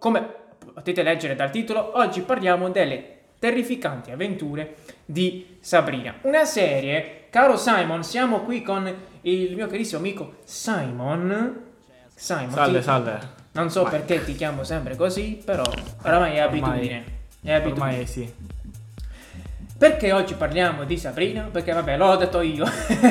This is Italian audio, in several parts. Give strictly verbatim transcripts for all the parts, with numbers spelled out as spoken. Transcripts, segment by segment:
come potete leggere dal titolo, oggi parliamo delle terrificanti avventure di Sabrina. Una serie, caro Simon, siamo qui con il mio carissimo amico Simon. Simon, salve, ti... salve. Non so Vai. perché ti chiamo sempre così, però oramai è abitudine. Ormai, è abitudine. ormai sì. Perché oggi parliamo di Sabrina? Perché vabbè, l'ho detto io.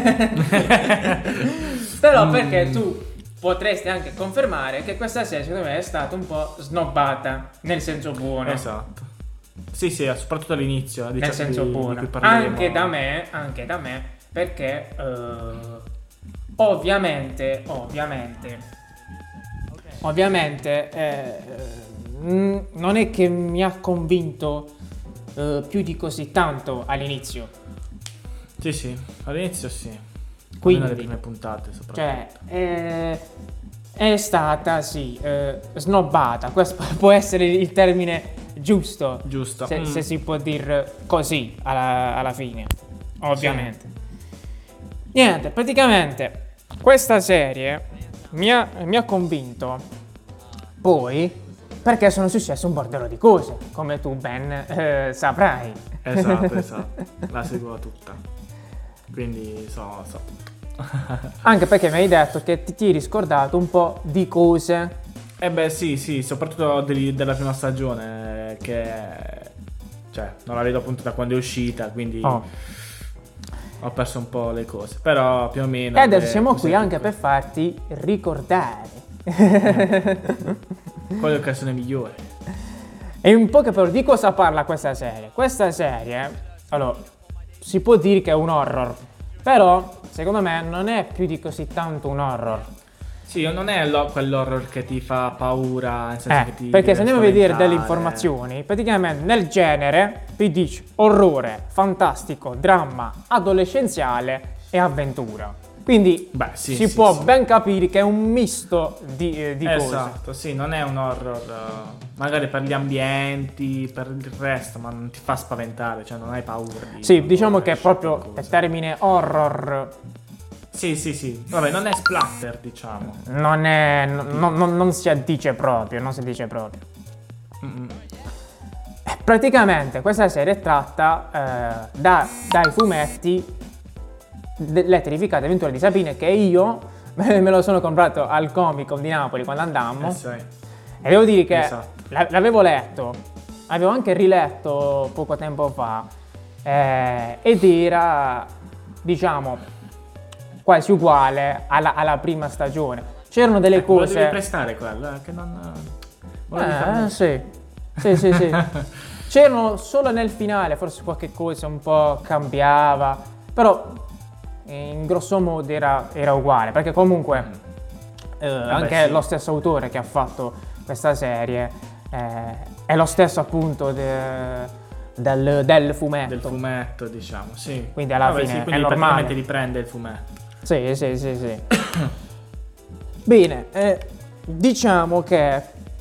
Però perché tu potresti anche confermare che questa serie secondo me è stata un po' snobbata, nel senso buono. Esatto. Sì, sì, soprattutto all'inizio. Diciamo, Nel senso di, buono. di cui parleremo. Anche da me, anche da me, perché uh, ovviamente, ovviamente, ovviamente eh, mh, non è che mi ha convinto uh, più di così tanto all'inizio. Sì, sì, all'inizio sì. Quindi, nelle prime puntate soprattutto. Cioè, eh, è stata, sì, eh, snobbata. Questo può essere il termine giusto. Giusto. Se, Mm. se si può dire così alla, alla fine, ovviamente. Sì. Niente, praticamente questa serie mi ha, mi ha convinto poi perché sono successe un bordello di cose, come tu ben eh, saprai. Esatto, esatto. La seguo tutta. Quindi so, so tutto. Anche perché mi hai detto che ti, ti eri scordato un po' di cose. Eh beh sì, sì, soprattutto degli- della prima stagione, che cioè non la vedo appunto da quando è uscita, quindi Oh. ho perso un po' le cose, però più o meno. E adesso le siamo cose qui anche piccole. per farti ricordare. Quale occasione migliore? E in poche parole, di cosa parla questa serie? Questa serie, allora, si può dire che è un horror, però secondo me non è più di così tanto un horror. Sì, non è lo- quell'horror che ti fa paura, nel senso Eh, che ti perché se deve andiamo a vedere spaventare. delle informazioni, praticamente nel genere vi dice orrore, fantastico, dramma, adolescenziale e avventura. Quindi Beh, sì, si sì, può sì. ben capire che è un misto di, eh, di cose. Esatto, sì, non è un horror uh, magari per gli ambienti, per il resto, ma non ti fa spaventare, cioè non hai paura di Sì, diciamo che esci, proprio cose. il termine horror Sì, sì, sì. Vabbè, non è splatter, diciamo. non è non, non- non si dice proprio, non si dice proprio. Mm-mm. Eh, Praticamente questa serie è tratta eh, da- dai fumetti delle terrificate avventure di Sabrina che io me lo sono comprato al Comic Con di Napoli quando andammo. Eh, sì. E devo dire che Esatto. la- l'avevo letto, avevo anche riletto poco tempo fa eh, ed era, diciamo, quasi uguale alla, alla prima stagione. C'erano delle Ecco, me lo devi cose... prestare quello, eh, che non... volevi fare Eh, me. sì, sì, sì, sì. C'erano solo nel finale, forse qualche cosa un po' cambiava, però in grosso modo era, era uguale, perché comunque eh, anche sì. lo stesso autore che ha fatto questa serie eh, è lo stesso appunto de- del, del fumetto. Del fumetto, diciamo, sì. Quindi alla Vabbè, fine sì, è quindi normale. praticamente riprende il fumetto. Sì, sì, sì, sì. Bene, eh, diciamo che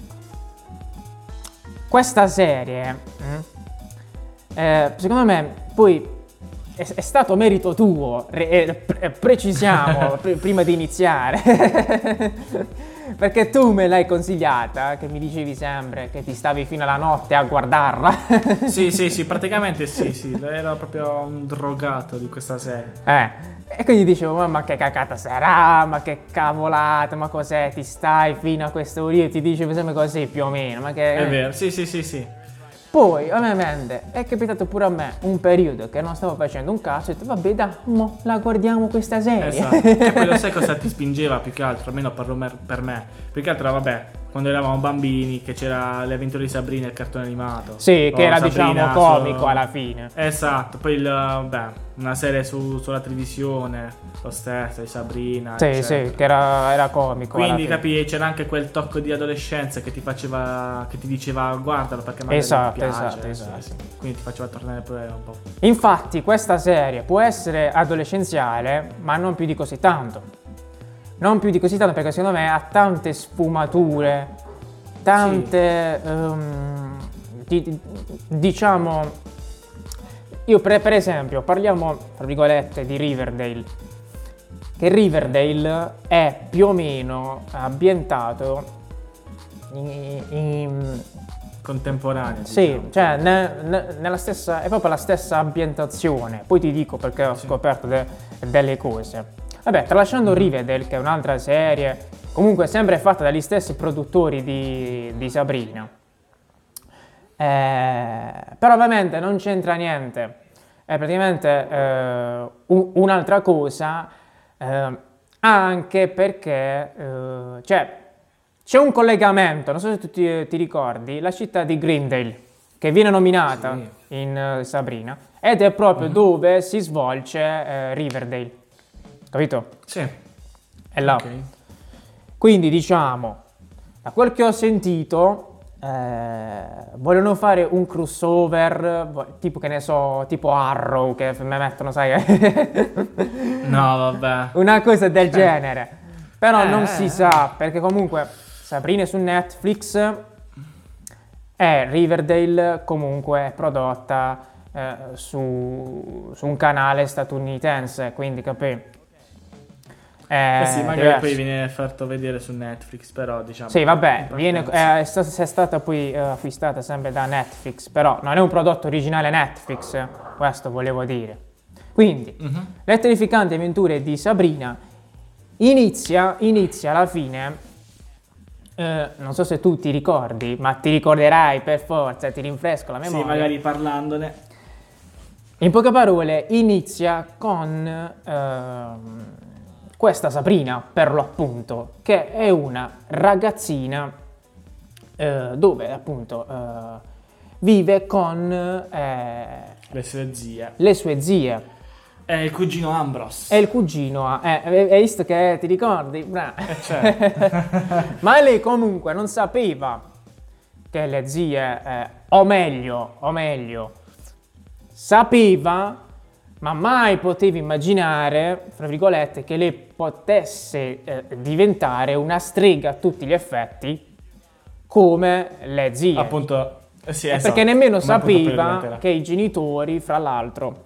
questa serie, mm, eh, secondo me, poi è, è stato merito tuo, re- eh, pre- precisiamo pr- prima di iniziare, perché tu me l'hai consigliata, che mi dicevi sempre che ti stavi fino alla notte a guardarla. Sì, sì, sì, praticamente sì, sì, ero proprio un drogato di questa serie. Eh, e quindi dicevo, ma, ma che cacata sarà, ma che cavolata, ma cos'è, ti stai fino a questo ora, ti dicevo sempre così più o meno, ma che... È vero, sì, sì, sì, sì. Poi, ovviamente, è capitato pure a me un periodo che non stavo facendo un cazzo e ho detto, vabbè, dai, mo la guardiamo questa serie. Esatto. E poi lo sai cosa ti spingeva più che altro, almeno parlo mer- per me. Più che altro, vabbè, quando eravamo bambini, che c'era Le avventure di Sabrina, il cartone animato. Sì, che O era, Sabrina diciamo, su- comico alla fine. Esatto, poi il, beh, una serie su- sulla televisione, lo stesso, di Sabrina. Sì, eccetera. sì, che era, era comico alla Quindi fine. capi, c'era anche quel tocco di adolescenza che ti faceva, che ti diceva guardalo perché magari Esatto, ti piace. esatto, sì, esatto. sì. Quindi ti faceva tornare pure un po'. Infatti, questa serie può essere adolescenziale, ma non più di così tanto. Non più di così tanto perché secondo me ha tante sfumature, tante, ehm, di- di- diciamo, io per, per esempio parliamo, tra virgolette, di Riverdale, che Riverdale è più o meno ambientato in, in- contemporanea. Sì, diciamo. cioè ne- ne- nella stessa, è proprio la stessa ambientazione. Poi ti dico perché ho Sì. scoperto de- delle cose. Vabbè, tralasciando Riverdale, che è un'altra serie, comunque sempre fatta dagli stessi produttori di, di Sabrina. Eh, però ovviamente non c'entra niente. È praticamente eh, un- un'altra cosa, eh, anche perché eh, cioè, c'è un collegamento, non so se tu ti, ti ricordi, la città di Greendale, che viene nominata Sì. in eh, Sabrina, ed è proprio dove si svolge eh, Riverdale, capito? Sì. È là. Ok. Quindi diciamo, da quel che ho sentito, eh, vogliono fare un crossover, vo- tipo che ne so, tipo Arrow, che mi mettono, sai, No, vabbè. una cosa del genere. Però Eh, non eh, si eh. sa, perché comunque Sabrina è su Netflix e Riverdale comunque è prodotta eh, su, su un canale statunitense, quindi capì? Eh sì, magari diverso. poi viene fatto vedere su Netflix, però diciamo. Sì, vabbè, in viene, partenza. eh, è, sta- è stata poi eh, acquistata sempre da Netflix, però non è un prodotto originale Netflix, eh, questo volevo dire. Quindi, Mhm. le terrificanti avventure di Sabrina inizia, inizia alla fine, eh, non so se tu ti ricordi, ma ti ricorderai per forza, ti rinfresco la Sì, memoria. magari parlandone. In poche parole, inizia con ehm, questa Sabrina, per l'appunto, che è una ragazzina eh, dove appunto eh, vive con eh, Le sue zie. le sue zie È il cugino Ambrose. e il cugino. Eh, hai hai visto che ti ricordi? Bra. Eh, certo. Ma lei comunque non sapeva che le zie, eh, o meglio, o meglio, sapeva, ma mai poteva immaginare, fra virgolette, che lei potesse eh, diventare una strega a tutti gli effetti come le zie. Appunto, eh sì, E esatto. perché nemmeno Come appunto poi sapeva diventerà. che i genitori, fra l'altro,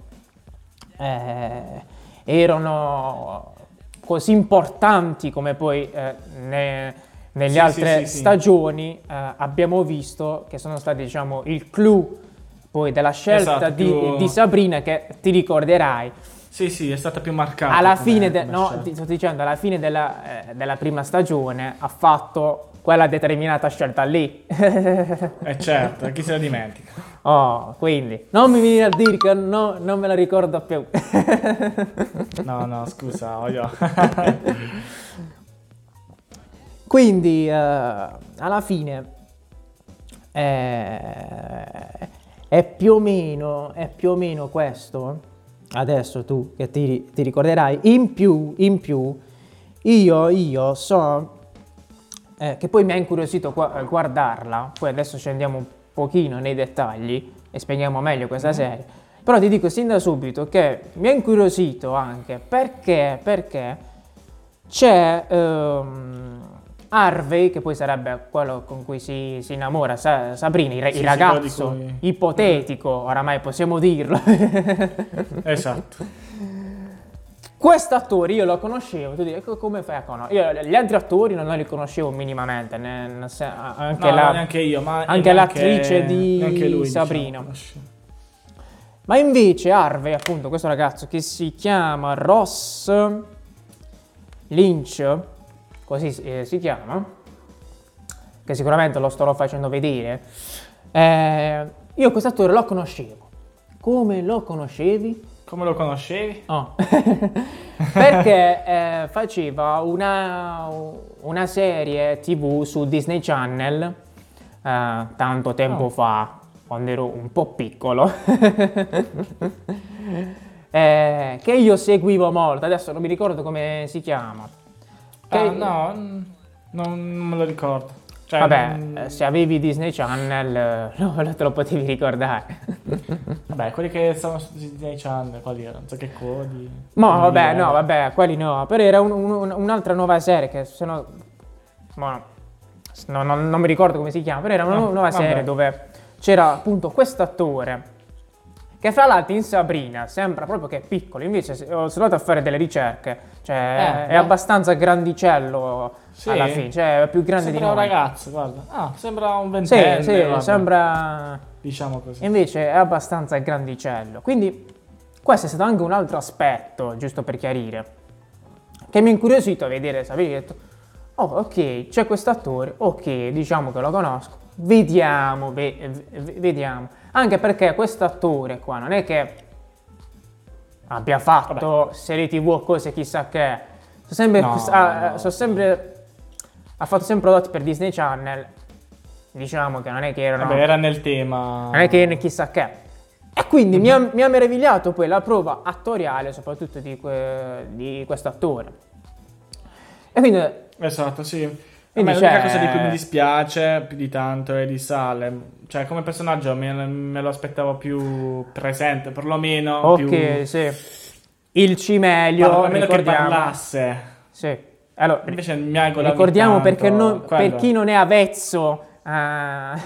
eh, erano così importanti come poi eh, ne- negli Sì, altre sì, sì, sì. stagioni eh, abbiamo visto che sono stati, diciamo, il clou poi della scelta Esatto, di, più- di Sabrina, che ti ricorderai. Sì, sì, è stata più marcata. Alla come- fine, de- come no, scelta. ti sto dicendo, alla fine della, eh, della prima stagione ha fatto quella determinata scelta lì. Eh certo, chi se la dimentica. Oh, quindi non mi vieni a dire che no- non me la ricordo più. No, no, scusa, voglio... Quindi, eh, alla fine, eh, è più o meno, è più o meno questo. Adesso tu che ti, ti ricorderai. In più, in più, io, io so eh, che poi mi ha incuriosito gua- guardarla. Poi adesso scendiamo un pochino nei dettagli e spieghiamo meglio questa serie. Però ti dico sin da subito che mi ha incuriosito anche perché, perché c'è ehm, Harvey, che poi sarebbe quello con cui si, si innamora Sa- Sabrina, il, ra- Sì, il sì, ragazzo quello di cui- ipotetico, oramai possiamo dirlo. Esatto. Quest'attore io lo conoscevo, tu dici, "Co- come fai a conoscere?" Io gli altri attori non li conoscevo minimamente, ne- ne- se- anche, No, la- no, neanche io, ma... anche neanche- l'attrice di neanche lui, Sabrina. diciamo, conoscevo. Ma invece Harvey, appunto, questo ragazzo che si chiama Ross Lynch, così eh, si chiama, che sicuramente lo starò facendo vedere, eh, io quest'attore lo conoscevo. Come lo conoscevi? Come lo conoscevi? Oh. Perché eh, faceva una, una serie tivù su Disney Channel eh, tanto tempo Oh. fa, quando ero un po' piccolo, eh, che io seguivo molto. Adesso non mi ricordo come si chiama. Che- Ah, no, mm, non me lo ricordo. Cioè, Vabbè, mm, eh, se avevi Disney Channel, eh, no, te lo potevi ricordare. vabbè, quelli che stavano su Disney Channel, quali erano? Non so che codi. Ma non mi vabbè, ricordo. no, vabbè, quelli no. Però era un- un- un'altra nuova serie che se no... ma no, non, non mi ricordo come si chiama, però era una Ah, nu- nuova vabbè. serie dove c'era appunto quest'attore Che fra l'altro in Sabrina sembra proprio che è piccolo, invece se- ho sono andato a fare delle ricerche, cioè Eh, è eh. abbastanza grandicello Sì? alla fine, cioè è più grande Sembra di un noi. ragazzo, guarda. Ah, sembra un Sì, ventenne. sì, vabbè, sembra... Diciamo così. Invece è abbastanza grandicello. Quindi questo è stato anche un altro aspetto, giusto per chiarire, che mi ha incuriosito a vedere, sapevi, ho detto, oh ok, c'è questo attore, ok, diciamo che lo conosco, vediamo, ve- ve- vediamo. Anche perché questo attore qua non è che abbia fatto serie tv o cose chissà che, sono sempre, No, ha, no. sono sempre, ha fatto sempre prodotti per Disney Channel, diciamo che non è che erano... Vabbè, era nel tema. Non è che ne chissà che. E quindi mi, ha, mi ha meravigliato poi la prova attoriale, soprattutto di, que, di questo attore. E quindi, Esatto, sì. A Quindi me l'unica c'è- cosa di cui mi dispiace più di tanto è di Salem. Cioè, come personaggio me, me lo aspettavo più presente, perlomeno. ok, più... sì. Il cimelio, Parla- almeno che ricordiamo. parlasse. Sì. Allora, Invece mi auguro ogni ricordiamo tanto perché non- per quello. chi non è avvezzo a,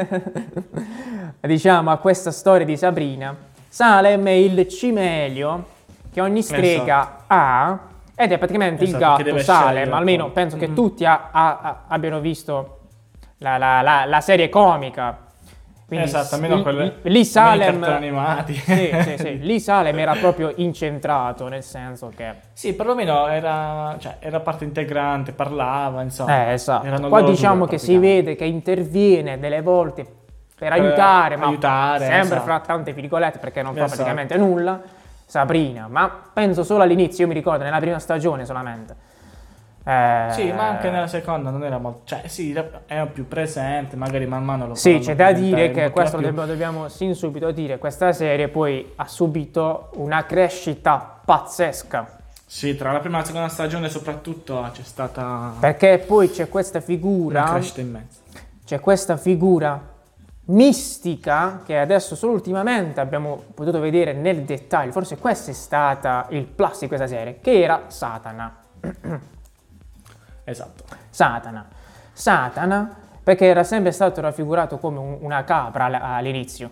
diciamo, a questa storia di Sabrina, Salem è il cimelio che ogni strega ha ed è praticamente Esatto, il che gatto deve Salem, scegliere almeno poi. penso che Mhm. tutti ha- ha- ha- abbiano visto la, la- la- la serie comica. Quindi Esatto, almeno lì- quelle- lì i Salem, cartoni animati. sì, sì, sì, lì Salem era proprio incentrato, nel senso che Sì, perlomeno era, cioè, era parte integrante, parlava, insomma. Eh, esatto. Erano Qua loro diciamo due, che si praticamente. vede che interviene delle volte per aiutare, ma aiutare, sempre esatto. fra tante virgolette perché non fa Esatto. praticamente nulla. Sabrina, ma penso solo all'inizio, io mi ricordo, nella prima stagione solamente. Eh, Sì, ma anche nella seconda non era molto... Cioè, sì, era più presente, magari man mano lo Sì, faranno c'è da diventare dire un che pochino questo lo più. dobbiamo, dobbiamo sin subito dire, questa serie poi ha subito una crescita pazzesca. Sì, tra la prima e la seconda stagione soprattutto c'è stata Perché poi c'è questa una figura, crescita immensa. c'è questa figura mistica che adesso solo ultimamente abbiamo potuto vedere nel dettaglio, forse questo è stata il plus di questa serie, che era Satana. Esatto. Satana. Satana perché era sempre stato raffigurato come un- una capra all- all'inizio,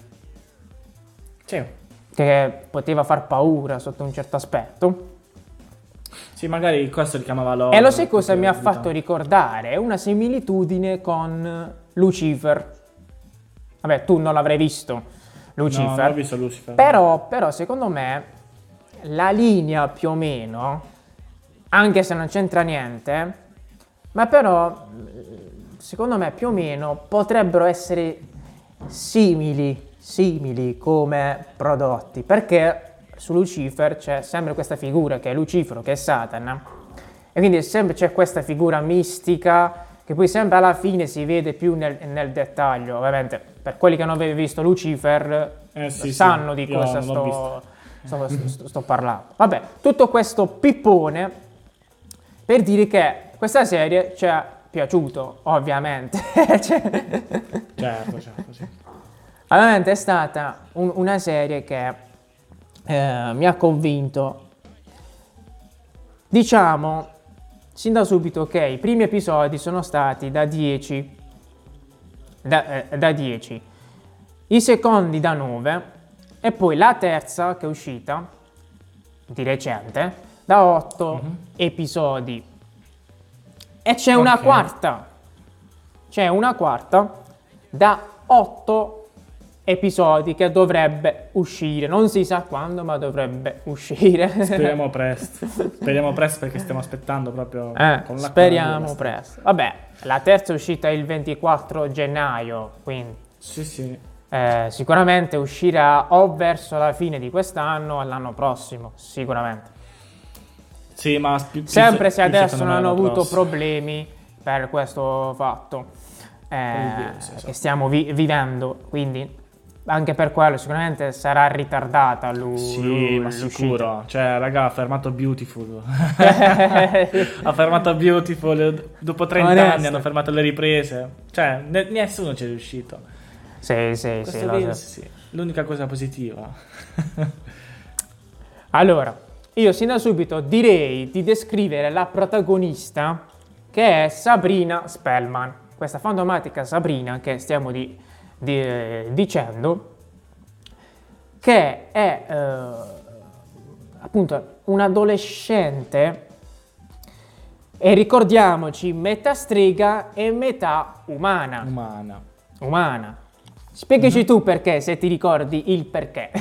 Sì. che poteva far paura sotto un certo aspetto. Sì, magari questo richiamava loro. E lo sai cosa mi ha perché- fatto ricordare? Una similitudine con Lucifer. Vabbè, tu non l'avrai visto, No, Lucifer. non ho visto Lucifer. Però, però, secondo me, la linea più o meno, anche se non c'entra niente, ma però, secondo me, più o meno, potrebbero essere simili, simili come prodotti. Perché su Lucifer c'è sempre questa figura che è Lucifero, che è Satana. E quindi sempre c'è questa figura mistica che poi sempre alla fine si vede più nel, nel dettaglio. Ovviamente, per quelli che non avete visto Lucifer, Eh, sì, sanno sì, di io cosa non l'ho sto, sto, sto- sto parlando. Vabbè, tutto questo pippone per dire che questa serie ci è piaciuto, ovviamente. Cioè, Certo, certo, sì. ovviamente è stata un- una serie che eh, mi ha convinto. Diciamo, sin da subito che i primi episodi sono stati da dieci, da, eh, da dieci, i secondi da nove e poi la terza che è uscita di recente da otto episodi. E c'è una Ok. quarta, c'è una quarta da otto episodi che dovrebbe uscire, non si sa quando, ma dovrebbe uscire. Speriamo presto. Speriamo presto perché stiamo aspettando proprio Eh, con la speriamo presto. Vabbè, la terza è uscita il ventiquattro gennaio, quindi Sì, sì. eh, sicuramente uscirà o verso la fine di quest'anno o l'anno prossimo, sicuramente. Sì, ma più- più Sempre se più adesso secondo non me hanno l'anno avuto prossimo. problemi per questo fatto eh, Quindi, sì, sì. che stiamo vi- vivendo, quindi anche per quello sicuramente sarà ritardata l'u- Sì, l'u- ma l'uscita. sicuro. Cioè, raga, ha fermato Beautiful. ha fermato Beautiful. Dopo trenta Onesto. anni hanno fermato le riprese. Cioè, ne- nessuno ci è riuscito. Sì, sì, Questo sì, lo lì, so. sì, sì. L'unica cosa positiva. Allora, io sin da subito direi di descrivere la protagonista che è Sabrina Spellman, questa fantomatica Sabrina che stiamo di- di- eh, dicendo, che è eh, appunto un adolescente, e ricordiamoci, metà strega e metà umana. Umana. Umana. Spiegaci mm-hmm. tu perché, se ti ricordi il perché.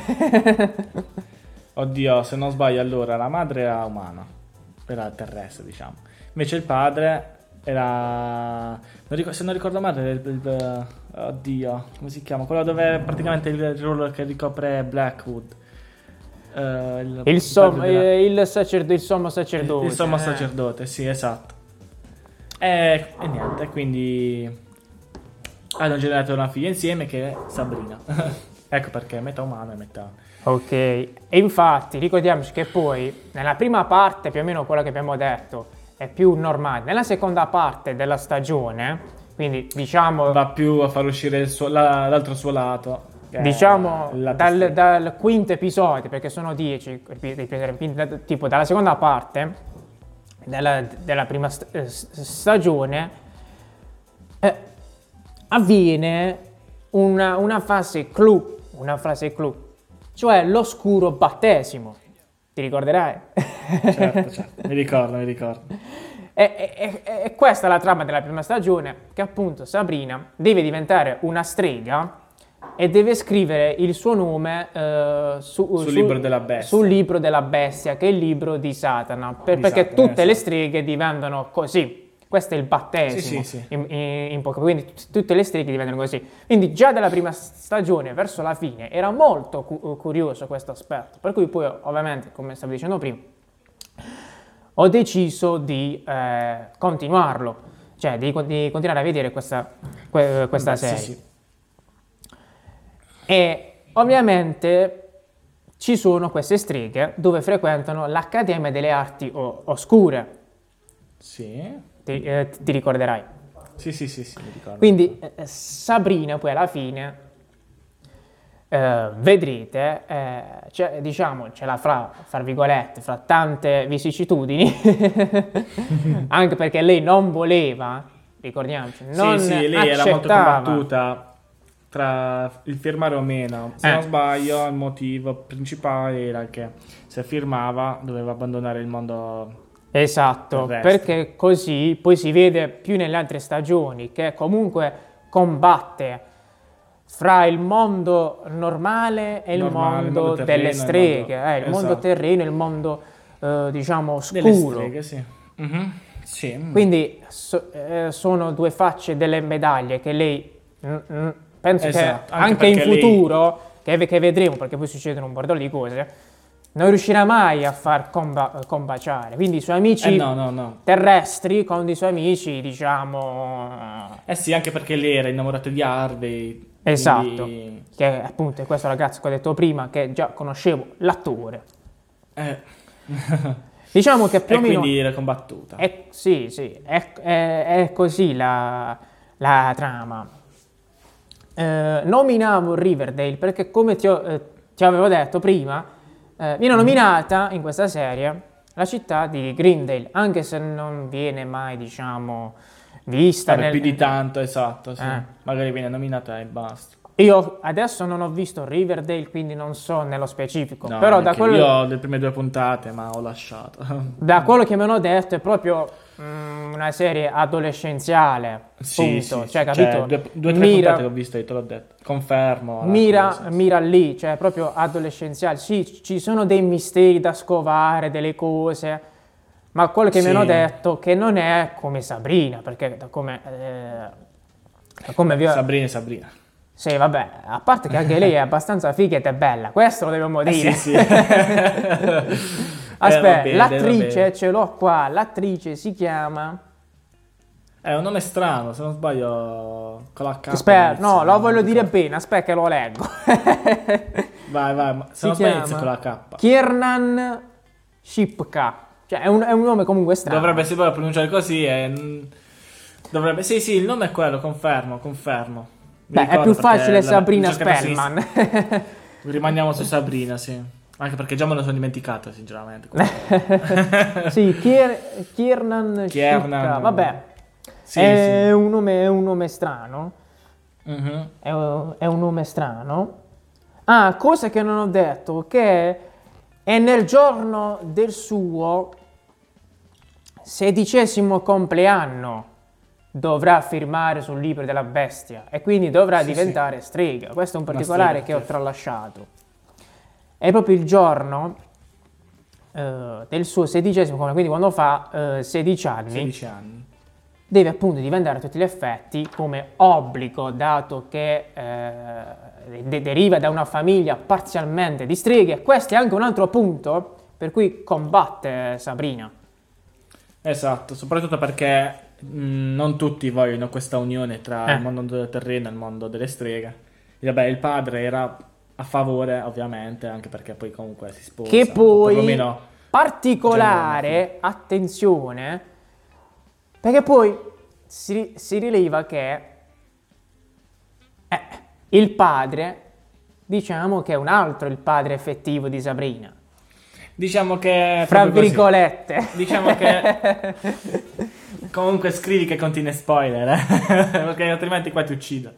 Oddio, se non sbaglio, allora la madre era umana, era terrestre, diciamo. Invece il padre era, non ricordo, se non ricordo male, il, il, oddio, come si chiama? Quello dove praticamente il ruolo che ricopre Blackwood. Uh, il, il, som, della... il, sacerdo, il sommo sacerdote. Il, il sommo eh. sacerdote, sì, esatto. E, e niente, quindi hanno generato una figlia insieme che è Sabrina. Ecco perché metà umana e metà... Ok, e infatti ricordiamoci che poi nella prima parte, più o meno quello che abbiamo detto, è più normale. Nella seconda parte della stagione, quindi diciamo... va più a far uscire il suo, la, l'altro suo lato. Diciamo dal, dal quinto episodio, perché sono dieci, tipo dalla seconda parte della, della prima st- stagione, eh, avviene una, una fase clou, una fase clou, cioè l'oscuro battesimo. Ti ricorderai? Certo, certo, mi ricordo, mi ricordo. E, e, e, e questa è la trama della prima stagione, che appunto Sabrina deve diventare una strega e deve scrivere il suo nome uh, su, sul, sul libro della bestia. sul libro della bestia, che è il libro di Satana, per, di perché Satana, tutte eh, le sì. streghe diventano così. Questo è il battesimo, sì, sì, sì. In, in, in poco, quindi t- tutte le streghe diventano così. Quindi già dalla prima stagione verso la fine era molto cu- curioso questo aspetto, per cui poi ovviamente, come stavo dicendo prima, ho deciso di eh, continuarlo, cioè di, di continuare a vedere questa, que- questa Beh, serie. Sì, sì. E ovviamente ci sono queste streghe dove frequentano l'Accademia delle Arti o- Oscure. Sì. Ti, eh, ti ricorderai. Sì, sì, sì, sì, mi ricordo. Quindi eh, Sabrina poi alla fine, eh, vedrete, eh, c'è, diciamo, ce la fra, fra virgolette, fra tante vicissitudini, anche perché lei non voleva, ricordiamoci, non sì, sì, lei accettava. era molto combattuta tra il firmare o meno. Se Eh. non sbaglio, il motivo principale era che se firmava doveva abbandonare il mondo. Esatto, terrestre. perché così poi si vede più nelle altre stagioni che comunque combatte fra il mondo normale e il Normale, mondo, il mondo terreno, delle il streghe, mondo- eh, il mondo esatto. terreno e il mondo eh, diciamo Delle scuro. streghe, sì. Mhm. Sì. Quindi so- eh, sono due facce delle medaglie che lei, mm, mm, penso Esatto, che anche anche in perché lei- futuro, che, che vedremo, perché poi succedono un bordello di cose, non riuscirà mai a far comba- combaciare. Quindi i suoi amici Eh no, no, no. terrestri con i suoi amici, diciamo... Eh sì, anche perché lei era innamorata di Harvey. Esatto, quindi- che appunto è questo ragazzo che ho detto prima, che già conoscevo, l'attore. Eh. Diciamo che più e o meno... quindi era combattuta. È, sì, sì, è, è- è così la, la trama. Eh, nominavo Riverdale perché, come ti, ho- eh, ti avevo detto prima, eh, viene nominata in questa serie la città di Greendale, anche se non viene mai, diciamo, vista Vabbè, nel... più di tanto, esatto, sì. Eh. Magari viene nominata e basta. Io adesso non ho visto Riverdale, quindi non so nello specifico, No, però da neanche quello... io ho le prime due puntate, ma ho lasciato. Da quello che mi hanno detto è proprio mm, una serie adolescenziale, Sì, punto. sì, cioè, sì. capito? due, due o tre mira, puntate che ho visto e te l'ho detto. Confermo. la mira, cosa. mira lì, cioè proprio adolescenziale. Sì, ci sono dei misteri da scovare, delle cose, ma quello che Sì. mi hanno detto che non è come Sabrina, perché da come... eh, da come vi ho- Sabrina e Sabrina. Sì, vabbè, a parte che anche lei è abbastanza figa ed è bella, questo lo dobbiamo Eh, dire. sì, sì. Aspetta, Eh, va bene, l'attrice, va bene. ce l'ho qua, l'attrice si chiama... È un nome strano, se non sbaglio, con la K. Aspetta, inizia, no, lo non voglio dire ricordo. bene, aspetta che lo leggo. Vai, vai, ma se Si non sbaglio chiama inizia con la K. Kiernan Shipka, cioè è un, è un nome comunque strano. Dovrebbe, se vuoi pronunciare così, è... dovrebbe... Sì, sì, il nome è quello, confermo, confermo. Mi Beh, è ricordo più perché facile la- Sabrina l'ho cercata su Spellman. Insta- Rimaniamo su Sabrina, sì. Anche perché già me lo sono dimenticato, sinceramente. Sì, Kier, Kiernan Kiernan. Shipka, vabbè, Sì, è, sì. Un nome, è un nome strano. Mhm. È, è un nome strano. Ah, cosa che non ho detto, che è nel giorno del suo sedicesimo compleanno dovrà firmare sul libro della bestia e quindi dovrà Sì, diventare strega. Questo è un Una particolare strega, che ho sì. tralasciato. È proprio il giorno eh, del suo sedicesimo compleanno, quindi quando fa eh, sedici anni, sedici anni. deve appunto diventare a tutti gli effetti come obbligo, dato che eh, de- deriva da una famiglia parzialmente di streghe. Questo è anche un altro punto per cui combatte Sabrina. Esatto, soprattutto perché mh, non tutti vogliono questa unione tra Eh. il mondo del terreno e il mondo delle streghe. E vabbè, il padre era a favore, ovviamente, anche perché poi comunque si sposa. Che o poi, perlomeno particolare attenzione, perché poi si, si rileva che eh, il padre, diciamo che è un altro il padre effettivo di Sabrina. diciamo che... è Fra proprio così. virgolette. Diciamo che... Comunque scrivi che contiene spoiler, eh? Perché altrimenti qua ti uccido.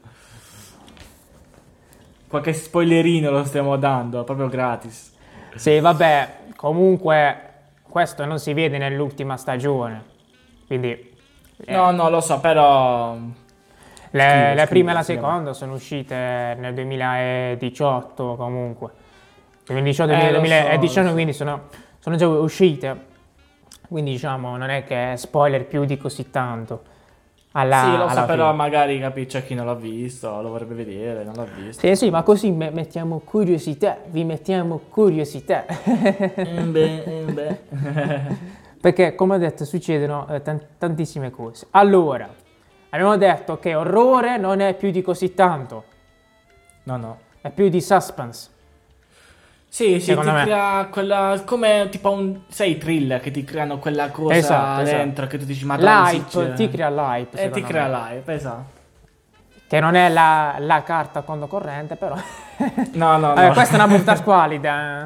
Qualche spoilerino lo stiamo dando, proprio gratis. Sì, vabbè, comunque questo non si vede nell'ultima stagione. Quindi eh, No, no, lo so, però... le, scrive, le prima e la scrive, seconda sono uscite nel duemiladiciotto comunque. duemiladiciotto Eh, lo duemiladiciannove, so, lo so. quindi sono, sono già uscite. Quindi diciamo non è che spoiler più di così tanto. Alla, Sì, lo so, alla però fine. magari capi, c'è chi non l'ha visto, lo vorrebbe vedere, non l'ha visto. Sì, sì, ma così me- mettiamo curiosità, vi mettiamo curiosità. Mm, beh, mm, beh. Perché, come ho detto, succedono eh, tan- tantissime cose. Allora, abbiamo detto che orrore non è più di così tanto, No, no. è più di suspense. Sì, sì, Secondo ti me. crea quella, come tipo un, sai, i thriller che ti creano quella cosa Esatto, esatto. dentro che tu dici, madonna, sì, L'hype, c'è. ti crea l'hype, E ti secondo crea me. l'hype, esatto. Che non è la, la carta a conto corrente, però. No, no, Vabbè, no. questa è una brutta squalida.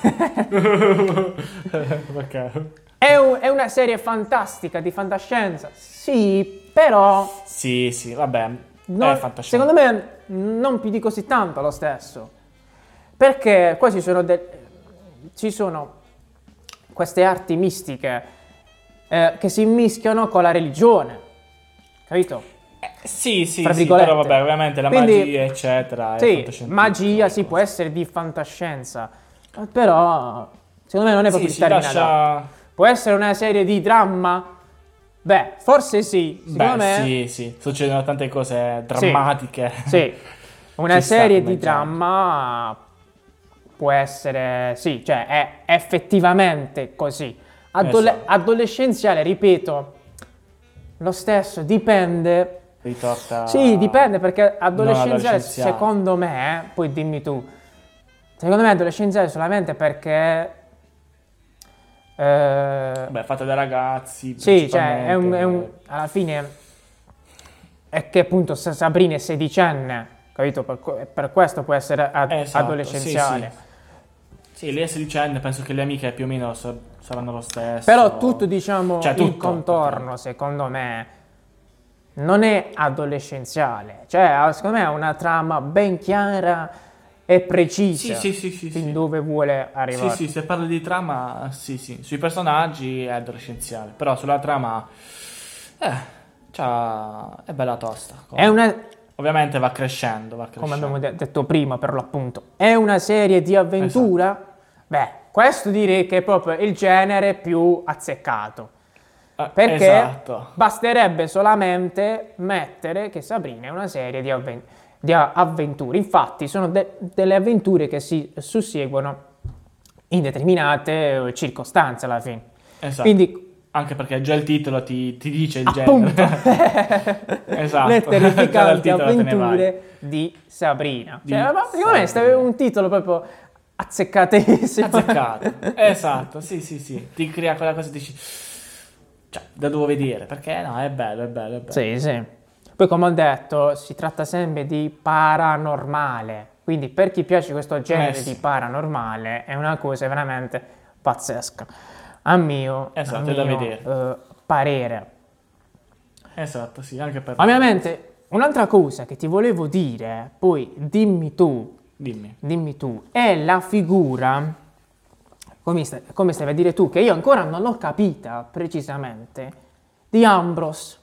Ok. È, un- è una serie fantastica di fantascienza, sì, però Sì, sì, vabbè, non- è fantascienza. secondo me non più di così tanto lo stesso. Perché qua ci sono, de- ci sono queste arti mistiche eh, che si mischiano con la religione, capito? Sì, sì, Fra sì, virgolette. però vabbè, ovviamente la Quindi, magia, eccetera, è Sì, fantascientifico, magia sì ecco. può essere di fantascienza, però secondo me non è proprio Sì, il si termine adatto. lascia... Può essere una serie di dramma? Beh, forse sì, secondo Beh, me sì, sì, succedono tante cose drammatiche. sì. Una Ci sta serie come di genere. dramma può essere, sì, cioè è effettivamente così. Adole- Esatto. Adolescenziale, ripeto, lo stesso, dipende. Ritorta... Sì, dipende perché non adolescenziale, adolescenziale. secondo me, eh, poi dimmi tu, secondo me adolescenziale solamente perché... eh, Beh, fatte da ragazzi, sì, cioè è un, principalmente. è un- alla fine è che appunto Sa- Sabrina è sedicenne, capito? Per, que- per questo può essere ad- Esatto, adolescenziale. sì, Sì, lei è sedicenne, penso che le amiche più o meno sa- saranno lo stesso. Però tutto, diciamo, Cioè, il tutto, contorno, secondo me, non è adolescenziale. Cioè, secondo me è una trama ben chiara e precisa Sì, sì, sì, sì, fin sì. dove vuole Sì, arrivare. sì, se parli di trama, sì, sì. Sui personaggi è adolescenziale, però sulla trama... Eh, c'ha- è bella tosta. È una, Ovviamente va crescendo, va crescendo. come abbiamo de- detto prima, per l'appunto, è una serie di avventura? Esatto. Beh, questo direi che è proprio il genere più azzeccato. Eh, Perché Esatto. basterebbe solamente mettere che Sabrina è una serie di, avven- di a- avventure. Infatti, sono de- delle avventure che si susseguono in determinate eh, circostanze alla fine. Esatto. Quindi, Anche perché già il titolo ti, ti dice il appunto, genere. Esatto. le Già dal terrificanti titolo te ne vai. avventure di Sabrina. Di Cioè, ma secondo me Sabrina. è un titolo proprio azzeccatissimo. Azzeccato. Esatto, sì, sì, sì. Ti crea quella cosa e dici... Cioè, da dove vedere? Perché no, è bello, è bello, è bello. Sì, sì. Poi, come ho detto, si tratta sempre di paranormale. Quindi, per chi piace questo genere Eh, sì. di paranormale, è una cosa veramente pazzesca. A mio, Esatto, a è da mio, vedere. eh, parere. Esatto, sì, anche per... Ovviamente, un'altra cosa che ti volevo dire, poi dimmi tu Dimmi. dimmi tu, è la figura, come, sta, come stavi a dire tu, che io ancora non l'ho capita precisamente, di Ambrose,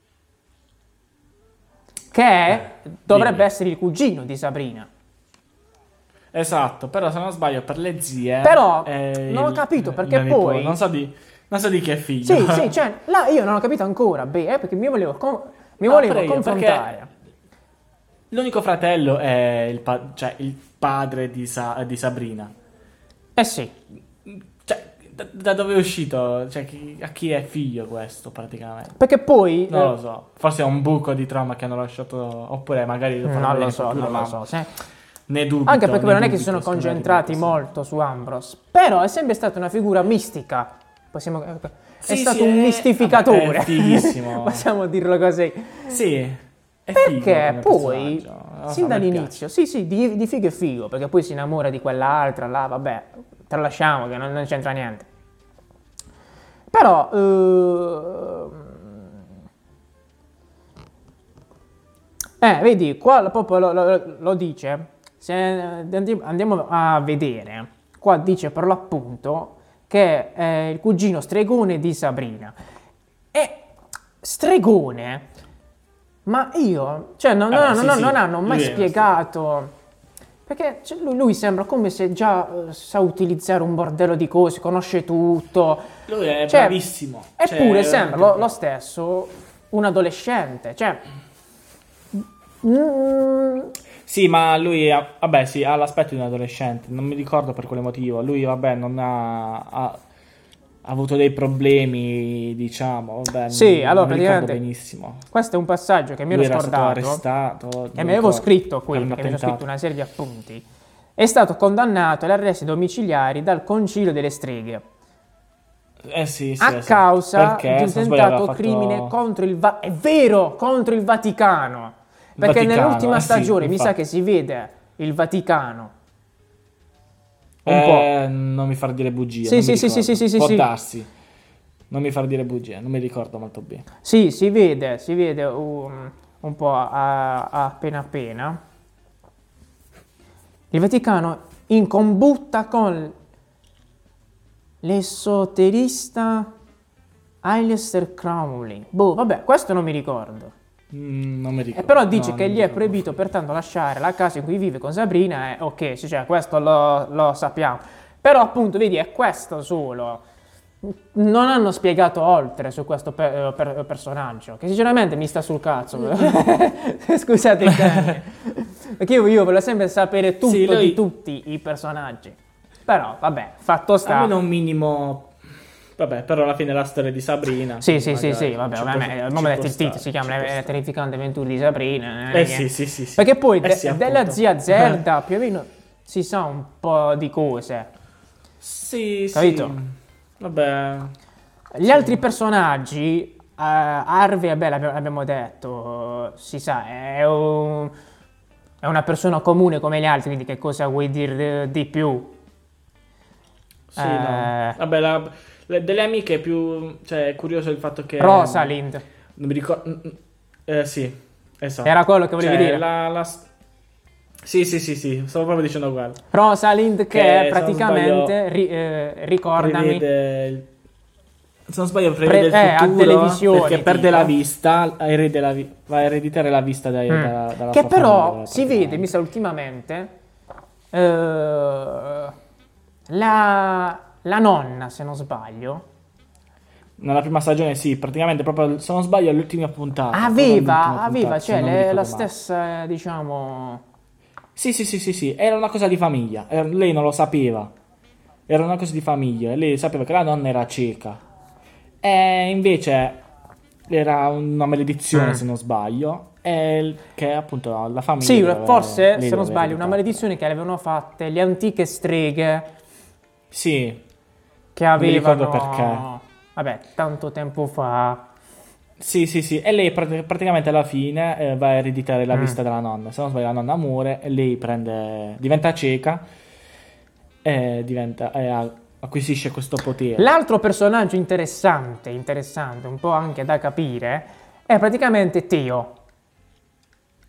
che è, Eh, dovrebbe dimmi. essere il cugino di Sabrina. Esatto, però se non sbaglio per le zie... Però è non ho il- capito, perché la nipote. poi- Non so di, non so di che figlio. Sì, sì, cioè, là io non ho capito ancora, beh, eh, perché mi volevo, con- mi No, volevo pure io, confrontare. L'unico fratello è il, pa- cioè, il padre di, Sa- di Sabrina. Eh sì, Cioè, da, da dove è uscito? Cioè, chi- a chi è figlio questo praticamente? perché poi... Non eh, lo so. Forse è un buco di trama che hanno lasciato... Oppure magari lo faranno non lo vedere in so, futuro, non lo ma so. se- Ne dubito. Anche perché ne non è che si dubito, sono secondo me concentrati arriva così. molto su Ambrose, però è sempre stata una figura mistica. Possiamo, è Sì, stato sì, un è- mistificatore. vabbè, è fighissimo. Possiamo dirlo così. Sì, è figo Perché come poi, personaggio. Non lo so, sin a me dall'inizio, sì, sì, di, di figo e figo, perché poi si innamora di quell'altra, là, vabbè, tralasciamo che non, non c'entra niente. Però, eh, eh, vedi, qua proprio lo, lo- lo dice, se andi- andiamo a vedere, qua dice per l'appunto che è il cugino stregone di Sabrina. E stregone, ma io, cioè non, Vabbè, non- sì, non- sì, non hanno mai lui è uno spiegato, perché cioè, lui, lui sembra come se già eh, sa utilizzare un bordello di cose, conosce tutto. Lui è Cioè, bravissimo. Cioè, Eppure è sembra veramente lo, lo stesso un adolescente, cioè... mm, Sì, ma lui, ha, vabbè, sì, ha l'aspetto di un adolescente, non mi ricordo per quale motivo. Lui, vabbè, non ha, ha, ha avuto dei problemi, diciamo, vabbè, Sì, non, allora, non mi ricordo praticamente, benissimo. questo è un passaggio che mi ero Lui era stato scordato, arrestato, che non mi avevo ricordo, scritto qui, per un perché mi ero attentato. scritto una serie di appunti. È stato condannato agli arresti domiciliari dal Concilio delle Streghe Eh sì, sì, a esatto. causa Perché, di un se non sbaglio, aveva tentato fatto- crimine contro il Va- è vero, contro il Vaticano. Perché Vaticano, nell'ultima eh sì, stagione mi sa infatti. che si vede il Vaticano. Un po'. Eh, non mi far dire bugie. Sì, non sì, mi sì, ricordo. sì, sì, sì, Può sì. darsi. Non mi far dire bugie, non mi ricordo molto bene. Sì, si vede, si vede un, un po' a, a appena appena. Il Vaticano in combutta con l'esoterista Aleister Crowley. Boh, vabbè, questo non mi ricordo. Mm, non mi E ricordo. però dice No, che non gli mi è ricordo. proibito pertanto lasciare la casa in cui vive con Sabrina. E ok, sì, cioè, questo lo, lo sappiamo. Però appunto, vedi, è questo solo. Non hanno spiegato oltre su questo per- per- personaggio, che sinceramente mi sta sul cazzo. Scusate il termine. Perché io, io voglio sempre sapere tutto Sì, lui- di tutti i personaggi. Però, vabbè, fatto sta. Almeno un minimo. Vabbè, però alla fine è la storia di Sabrina. Sì, sì, sì, magari sì, vabbè, ci vabbè, può- vabbè, ci il nome può del titolo stare, si chiama ci può Le stare. terrificanti avventure di Sabrina. non è Eh che- sì, sì, sì, sì. Perché poi Eh de- sì, della appunto. zia Zelda più o meno si sa un po' di cose. Sì, Capito? sì. Vabbè. Gli altri personaggi, eh, Harvey, vabbè, l'abbiamo, l'abbiamo detto, si sa, è, un- è una persona comune come gli altri, quindi che cosa vuoi dire di più? Sì, Eh. no. Vabbè, la- le- delle amiche è più. Cioè, è curioso il fatto che. Rosalind, Non mi ricordo. Eh, sì, esatto. era quello che volevi Cioè, dire. La, la... Sì, sì, sì, sì, stavo proprio dicendo quello. Rosalind che, Che, se non praticamente, sbaglio, ri- eh, ricordami, Prevede il- Se non sbaglio, prevede Pre- eh, il a futuro televisione, perché perde tipo. la vista, erede la vi- va a ereditare la vista dai- Mm. dalla, dalla che sua però famiglia, si vede, praticamente. mi sa ultimamente, eh, la, la nonna, se non sbaglio, Nella prima stagione sì, praticamente proprio, se non sbaglio, alle ultime puntate. proprio aveva, all'ultima aveva puntata, se cioè, non mi le- ricordo la male. stessa, diciamo... Sì, sì, sì, sì, sì, era una cosa di famiglia, era- lei non lo sapeva, era una cosa di famiglia, lei sapeva che la nonna era cieca, e invece era una maledizione Mm. se non sbaglio, e che appunto la famiglia... Sì, doveva- forse, lei se non doveva sbaglio, una ereditare. maledizione che avevano fatte le antiche streghe Sì, che mi avevano... ricordo perché. Vabbè, tanto tempo fa... sì, sì, sì, e lei prat- praticamente alla fine eh, va a ereditare la Mm. vista della nonna, se non sbaglio la nonna muore e lei prende, diventa cieca e diventa, e ha- acquisisce questo potere. L'altro personaggio interessante, interessante, un po' anche da capire, è praticamente Teo.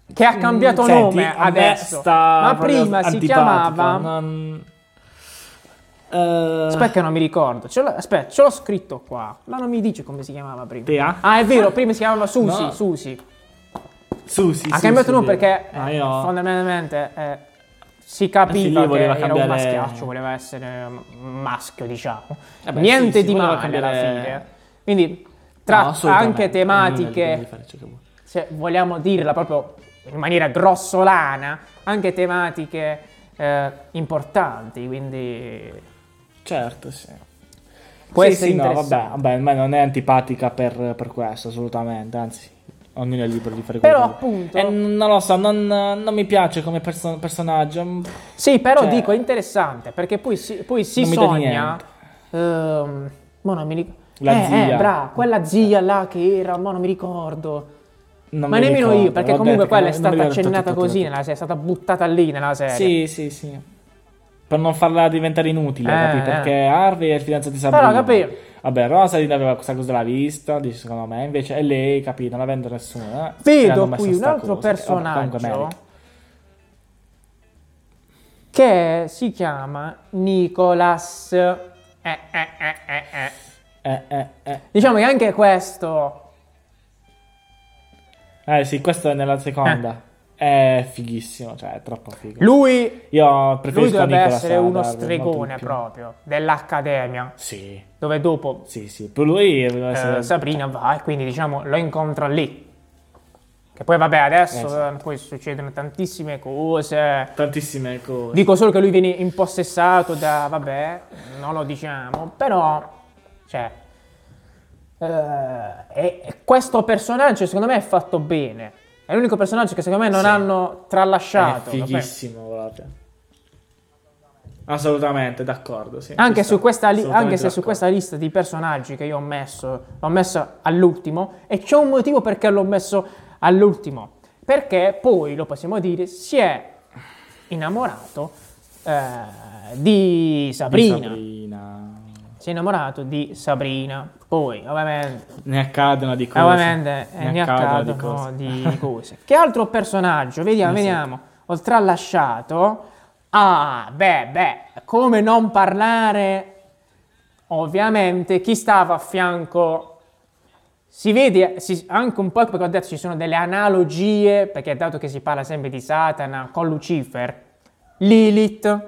che ha cambiato Mm, senti, nome a me adesso, sta ma proprio prima si antipatica, chiamava... non- Eh, Aspetta che non mi ricordo, ce l'ho, aspetta, ce l'ho scritto qua, ma non mi dice come si chiamava prima. Tea? Ah, è vero, prima si chiamava Susi, No. Susi. Susi, Ha Susi, cambiato è nome vero. perché Ah, eh, io- fondamentalmente eh, si Eh sì, capiva lui voleva che era un cambiare- maschiaccio, voleva essere un maschio, diciamo. Eh beh, Niente sì, sì, di voleva male alla cambiare- fine. Quindi No, tratta assolutamente, anche ognuno è libero tematiche, di fare ciò che vuole. se vogliamo dirla proprio in maniera grossolana, anche tematiche eh, importanti, quindi Certo, sì. può Sì, essere sì, no, vabbè, interessante. vabbè, ma non è antipatica per, per questo, assolutamente, anzi, ognuno è libero di fare quello Però che vuole. appunto... E non lo so, non, non mi piace come perso- personaggio. mm, Sì, però Cioè- dico, è interessante, perché poi si, poi si Non mi dà di sogna... niente. ehm, mo non mi ricordo... La eh, zia. Eh, brava, quella zia là che era, mo non mi ricordo. Non Ma mi nemmeno ricordo, io, perché vabbè, comunque quella è non- non mi stata ricordo accennata tutto, tutto, così, tutto. nella, è stata buttata lì nella serie. Sì, sì, sì. Per non farla diventare inutile, Eh, capi? eh. Perché Harvey è il fidanzato di Sabrina. Però, capi- Vabbè, Rosalind aveva questa cosa della vista, dice secondo me, invece è lei, capito, non avendo nessuno. eh, e hanno Vedo messo qui un sta altro cosa, che, vabbè, comunque personaggio merita. che si chiama Nicholas. Eh, eh, eh, eh, eh. Eh, eh, eh. Diciamo che anche questo... Eh sì, questo è nella seconda. È fighissimo, cioè è troppo figo. Lui, Io lui preferisco dovrebbe Nicolas essere a uno Darwin, molto stregone di più. proprio, dell'Accademia, Sì, dove dopo sì, sì. Per lui deve essere... eh, Sabrina va e quindi diciamo lo incontra lì. Che poi vabbè adesso Eh, sì. eh, poi succedono tantissime cose. tantissime cose. Dico solo che lui viene impossessato da, vabbè, non lo diciamo, però, cioè, eh, e- e questo personaggio secondo me è fatto bene. È l'unico personaggio che secondo me non Sì. hanno tralasciato. È vabbè. fighissimo, guardate. Assolutamente, d'accordo, sì. Anche, ci su sta. questa li- Assolutamente anche se su d'accordo. questa lista di personaggi che io ho messo, l'ho messo all'ultimo, e c'è un motivo perché l'ho messo all'ultimo. Perché poi, lo possiamo dire, si è innamorato eh, di Di Sabrina. Sabrina. Si è innamorato di Sabrina. Poi, ovviamente, Ne accadono di cose. ovviamente eh, Ne ne accadono accadono di di cose. cose. Che altro personaggio? Vediamo, Eh sì. vediamo. Ho tralasciato. Ah, beh, beh, come non parlare, ovviamente, chi stava a fianco, si vede si- anche un po' perché ho detto ci sono delle analogie, perché dato che si parla sempre di Satana con Lucifer, Lilith,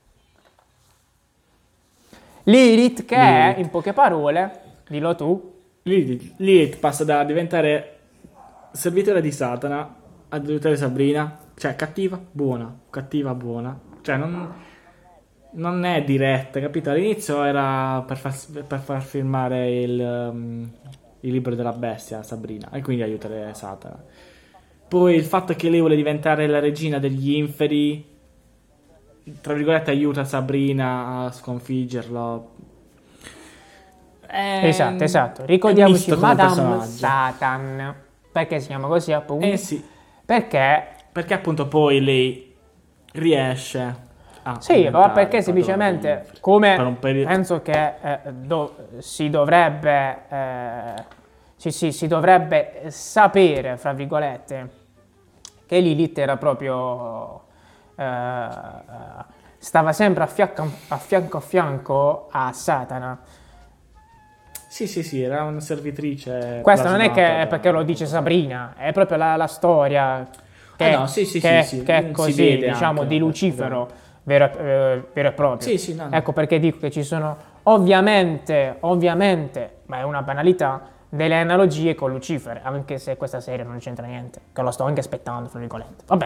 Lilith che è, Lilith. in poche parole, dillo tu, Lilith, Lilith passa da diventare servitore di Satana a diventare Sabrina. Cioè, cattiva, buona. Cattiva, buona. Cioè, non, non è diretta, capito? All'inizio era per far, per far firmare il, um, il libro della bestia a Sabrina e quindi aiutare Satana. Poi il fatto che lei vuole diventare la regina degli inferi, tra virgolette, aiuta Sabrina a sconfiggerlo. È- esatto, esatto, è ricordiamoci misto come Madame personaggio. Satan, perché si chiama così appunto? Eh sì, Perché perché appunto poi lei riesce a sì, ma diventare perché padrona semplicemente degli inferi. come Per un periodo- penso che eh, do- si dovrebbe eh, ci- si, si dovrebbe sapere, fra virgolette, che Lilith era proprio eh, stava sempre a fianco a fianco a fianco a Satana. Sì, sì, sì, era una servitrice. Questo non è che plasmata è da- perché lo dice Sabrina, è proprio la, la storia che, Ah, no, sì, sì, che- sì, sì, che è si così, vede diciamo, anche, di vabbè, Lucifero vero, eh, vero e proprio. Sì, sì, no, no. Ecco perché dico che ci sono ovviamente, ovviamente, ma è una banalità, delle analogie con Lucifero, anche se questa serie non c'entra niente, che lo sto anche aspettando, fra virgolette. Vabbè.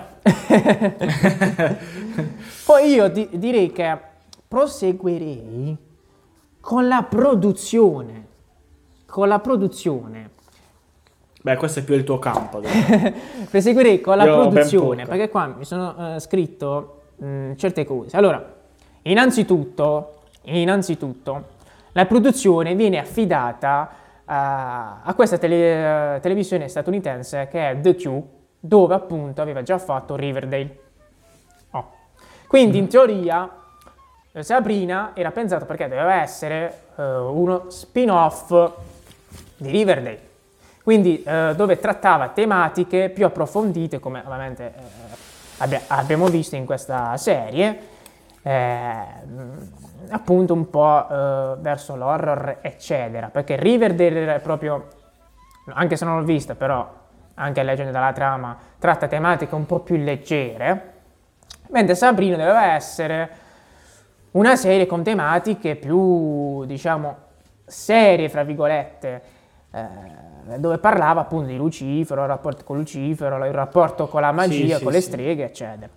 Poi io di- direi che proseguirei con la produzione. Con la produzione. Beh, questo è più il tuo campo. dai. Proseguirei con la Io ho ben produzione, poco. perché qua mi sono eh, scritto mh, certe cose. Allora, innanzitutto, innanzitutto, la produzione viene affidata a, a questa tele- eh, televisione statunitense che è The Q, dove appunto aveva già fatto Riverdale. Oh. Quindi in teoria eh, Sabrina era pensato perché doveva essere eh, uno spin-off di Riverdale. quindi eh, dove trattava tematiche più approfondite, come ovviamente eh, abbia- abbiamo visto in questa serie, eh, appunto un po' eh, verso l'horror, eccetera, perché Riverdale è proprio, anche se non l'ho vista, però anche Legend della trama tratta tematiche un po' più leggere, mentre Sabrina doveva essere una serie con tematiche più, diciamo, serie, fra virgolette, eh, dove parlava appunto di Lucifero, il rapporto con Lucifero, il rapporto con la magia, Sì, sì, con le sì. streghe, eccetera.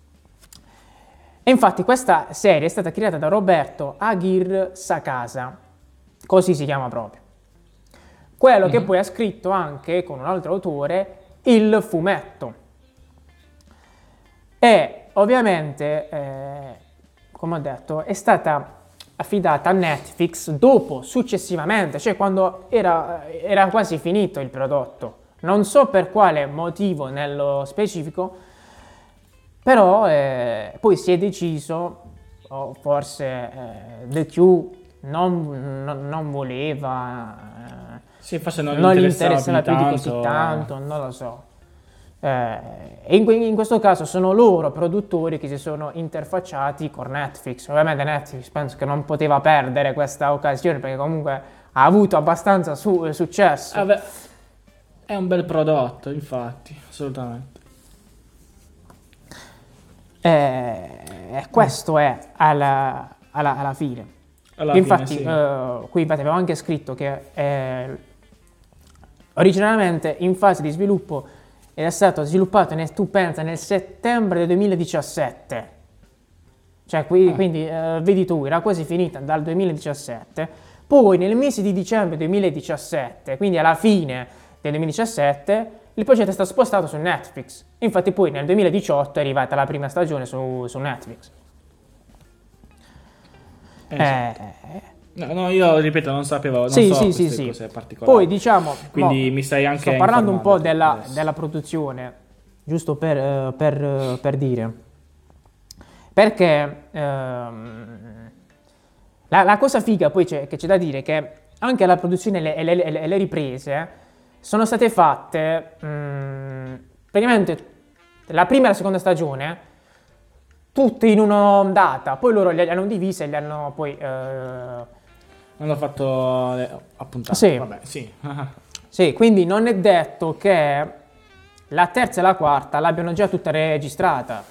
E infatti questa serie è stata creata da Roberto Aguirre Sacasa, così si chiama proprio. Quello che poi ha scritto anche, con un altro autore, il fumetto. E ovviamente, eh, come ho detto, è stata affidata a Netflix dopo, successivamente, cioè quando era, era quasi finito il prodotto. Non so per quale motivo nello specifico, però eh, poi si è deciso, o forse eh, The Q non, non, non voleva, eh, Sì, forse non, non gli gli interessava, interessava più di così tanto, non lo so. Eh, e in, in questo caso sono loro produttori che si sono interfacciati con Netflix. Ovviamente Netflix penso che non poteva perdere questa occasione, perché comunque ha avuto abbastanza su- successo. Vabbè, è un bel prodotto, infatti, assolutamente. E questo è alla, alla- alla fine. Alla infatti, fine, sì. eh, qui infatti avevo anche scritto che eh, originariamente in fase di sviluppo era stato sviluppato, nel, tu pensa, nel settembre del duemiladiciassette. Cioè, qui, Ah. quindi, eh, vedi tu, era quasi finita dal duemiladiciassette. Poi, nel mese di dicembre duemiladiciassette, quindi alla fine del duemiladiciassette, il progetto è stato spostato su Netflix. Infatti, poi nel duemiladiciotto è arrivata la prima stagione su, su Netflix. Eh, sì. Eh, No, no, io ripeto, non sapevo, non sì, so sì, queste sì, sì. cose particolari. Poi diciamo, Quindi mo, mi stai anche sto parlando un po' informando della, adesso. della produzione, giusto per, eh, per, eh, per dire, perché ehm, la, la cosa figa poi c'è, che c'è da dire è che anche la produzione e le, e le- e le- e le riprese sono state fatte mh, praticamente la prima e la seconda stagione tutte in un'ondata, poi loro le hanno divise e le hanno poi eh, Non ho fatto le appuntate. Sì. Vabbè, sì. sì, quindi non è detto che la terza e la quarta l'abbiano già tutta registrata.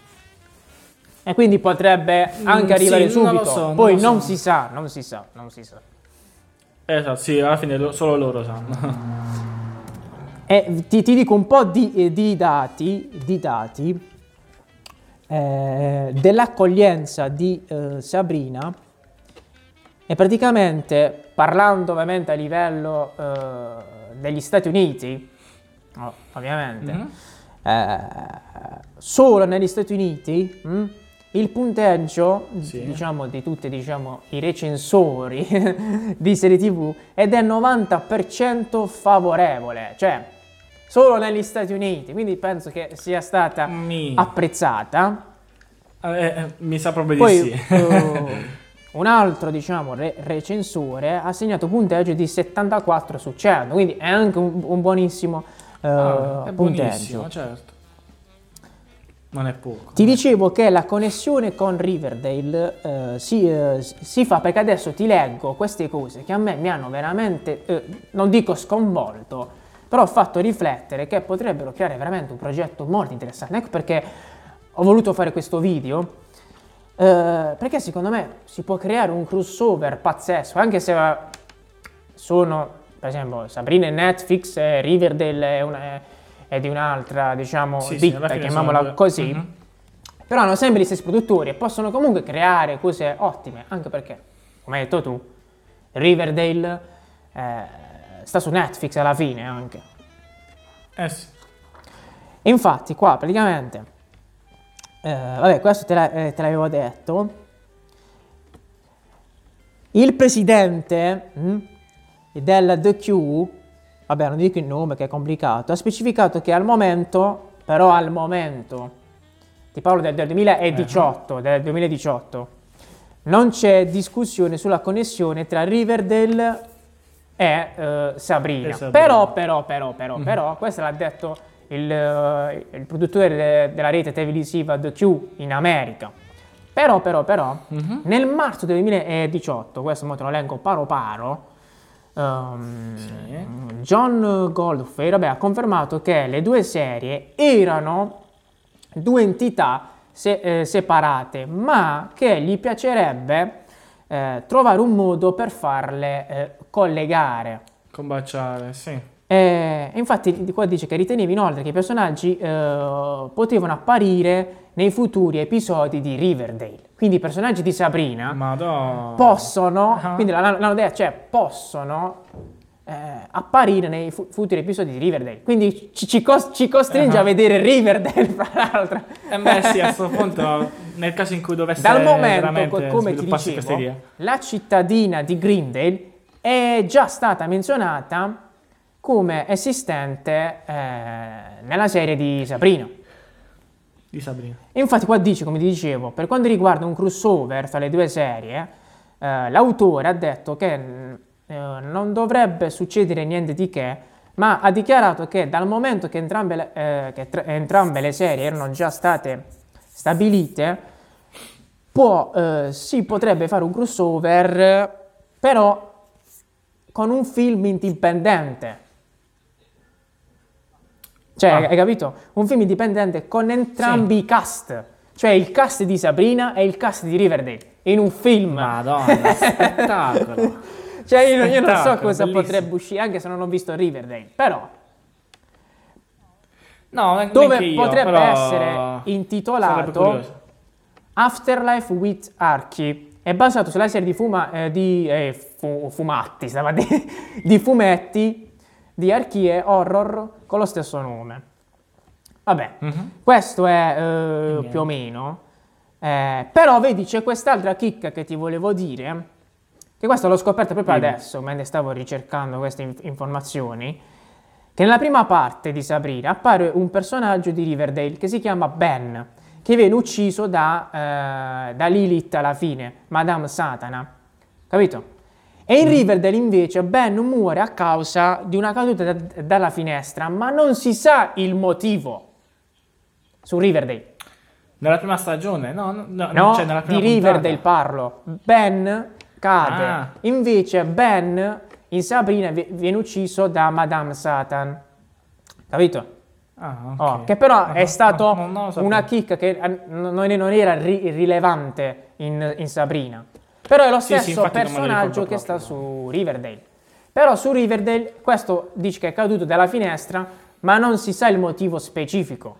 E quindi potrebbe anche Mm, arrivare sì, non subito. lo so, non Poi lo non so. si sa, non si sa, non si sa. Esatto, sì, alla fine lo- solo loro sanno. E ti, ti dico un po' di, eh, di dati, di dati eh, dell'accoglienza di eh, Sabrina. E praticamente, parlando ovviamente a livello eh, degli Stati Uniti, oh, ovviamente, Mhm. eh, solo negli Stati Uniti mh, il punteggio, Sì. diciamo, di tutti, diciamo, i recensori di serie tivù è del novanta per cento favorevole, cioè solo negli Stati Uniti, quindi penso che sia stata Mi, apprezzata. eh, eh, mi sa proprio Poi di sì. eh, un altro, diciamo, re- recensore ha segnato punteggio di settantaquattro su cento, quindi è anche un, un buonissimo eh, Ah, è punteggio. buonissimo, certo. Non è poco. Ti dicevo che la connessione con Riverdale eh, si, eh, si fa perché adesso ti leggo queste cose che a me mi hanno veramente, eh, non dico sconvolto, però fatto riflettere che potrebbero creare veramente un progetto molto interessante. Ecco perché ho voluto fare questo video. Eh, perché secondo me si può creare un crossover pazzesco, anche se eh, sono, per esempio, Sabrina e Netflix e Riverdale è, una, è- è di un'altra, diciamo, Sì, sì, alla ditta, fine chiamiamola sono due. così, Mhm. però hanno sempre gli stessi produttori e possono comunque creare cose ottime, anche perché, come hai detto tu, Riverdale eh, sta su Netflix alla fine anche. Eh sì. E infatti qua praticamente, eh, vabbè, questo te, la- eh, te l'avevo detto, il presidente mh, del The Q, vabbè non dico il nome che è complicato, ha specificato che al momento, però al momento, ti parlo del, del duemiladiciotto, del duemiladiciotto, non c'è discussione sulla connessione tra Riverdale è eh, Sabrina. È Sabrina. Però, però, però, però, Mhm. però, questo l'ha detto il, eh, il produttore de- della rete televisiva The Q in America. Però, però, però, Mhm. nel marzo del duemiladiciotto, questo mo te lo leggo paro paro, ehm, Sì. John Goldfein, vabbè, ha confermato che le due serie erano due entità se- eh, separate, ma che gli piacerebbe eh, trovare un modo per farle eh, collegare. Combaciare, sì. Eh, infatti qua dice che riteneva inoltre che i personaggi eh, potevano apparire nei futuri episodi di Riverdale. Quindi i personaggi di Sabrina Madonna. possono, Ah. quindi la- la- l'hanno detto, cioè possono eh, apparire nei fu- futuri episodi di Riverdale. Quindi ci, ci cos- ci costringe Ah. a vedere Riverdale, fra l'altro. Eh beh sì, a questo punto, nel caso in cui dovesse Dal momento, veramente co- come ti svilupparsi questa dicevo, idea. la cittadina di Greendale è già stata menzionata come esistente eh, nella serie di Sabrina. Di Sabrina. E infatti qua dice, come ti dicevo, per quanto riguarda un crossover tra le due serie, eh, l'autore ha detto che eh, non dovrebbe succedere niente di che, ma ha dichiarato che dal momento che entrambe le, eh, che tra- entrambe le serie erano già state stabilite, può, eh, si potrebbe fare un crossover, però con un film indipendente. Cioè, Ah. hai capito? Un film indipendente con entrambi i cast. Cioè il cast di Sabrina e il cast di Riverdale. In un film. Madonna, spettacolo. Cioè io, io non so Spettacolo, cosa bellissimo. potrebbe uscire, anche se non ho visto Riverdale. Però, No, neanche dove io, potrebbe però essere sarebbe intitolato curioso. Afterlife with Archie. È basato sulla serie di, fuma, eh, di eh, fu- fumatti, stava a dire, di fumetti di Archie horror con lo stesso nome. Vabbè, Mhm. questo è eh, niente. più o meno. Eh, però vedi, c'è quest'altra chicca che ti volevo dire, che questo l'ho scoperto proprio Dimmi. adesso, mentre stavo ricercando queste in- informazioni, che nella prima parte di Sabrina appare un personaggio di Riverdale che si chiama Ben, che viene ucciso da, eh, da Lilith alla fine, Madame Satana, capito? E in Riverdale invece Ben muore a causa di una caduta da- dalla finestra, ma non si sa il motivo su Riverdale. Nella prima stagione? No, no, no, No, cioè nella di prima Riverdale puntata. parlo. Ben cade. Ah. Invece Ben in Sabrina vi- viene ucciso da Madame Satan. Capito? Ah, ok. Oh, che però Ah, è stato no, non lo sapevo. una chicca che eh, non, non era ri- rilevante in, in Sabrina. Però è lo Sì, sì, stesso infatti non me lo personaggio ricordo che sta proprio. su Riverdale. Però su Riverdale questo dice che è caduto dalla finestra, ma non si sa il motivo specifico.